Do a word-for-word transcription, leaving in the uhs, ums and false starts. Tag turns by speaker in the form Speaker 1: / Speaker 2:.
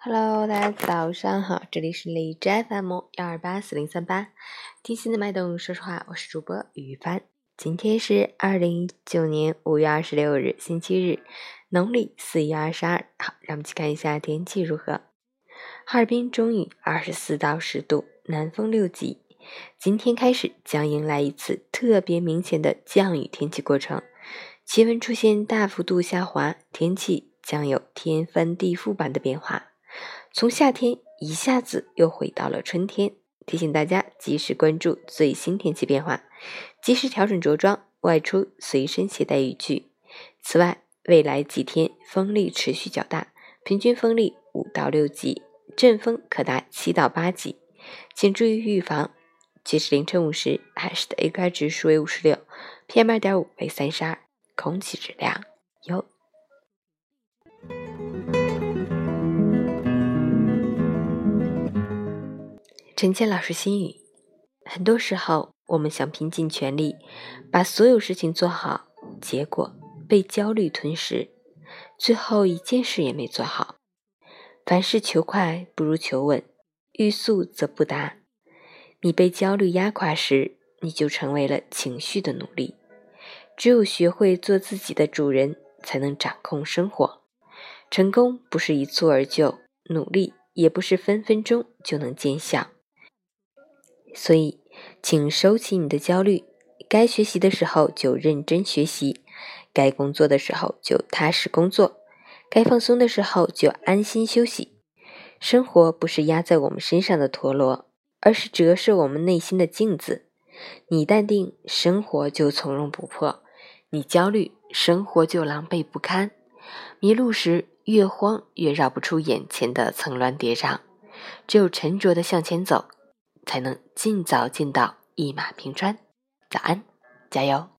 Speaker 1: Hello， 大家早上好，这里是荔枝 F M 幺二八四零三八，听心的脉动，说实话，我是主播雨帆。今天是二零一九年五月二十六日，星期日，农历四月二十二。好，让我们去看一下天气如何。哈尔滨中雨，二十四到十度，南风六级。今天开始将迎来一次特别明显的降雨天气过程，气温出现大幅度下滑，天气将有天翻地覆般的变化。从夏天一下子又回到了春天，提醒大家及时关注最新天气变化，及时调整着装，外出随身携带雨具。此外，未来几天风力持续较大，平均风力五到六级，阵风可达七到八级，请注意预防。截至凌晨五时，海市的 A Q I 指数为五十六 ，P M 二点五 为三十二，空气质量优。陈谦老师心语：很多时候，我们想拼尽全力把所有事情做好，结果被焦虑吞噬，最后一件事也没做好。凡事求快不如求稳，欲速则不达。你被焦虑压垮时，你就成为了情绪的奴隶。只有学会做自己的主人，才能掌控生活。成功不是一蹴而就，努力也不是分分钟就能见效。所以，请收起你的焦虑，该学习的时候就认真学习，该工作的时候就踏实工作，该放松的时候就安心休息。生活不是压在我们身上的陀螺，而是折射我们内心的镜子。你淡定，生活就从容不迫；你焦虑，生活就狼狈不堪。迷路时，越慌越绕不出眼前的层峦叠嶂。只有沉着地向前走，才能尽早见到一马平川。早安，加油！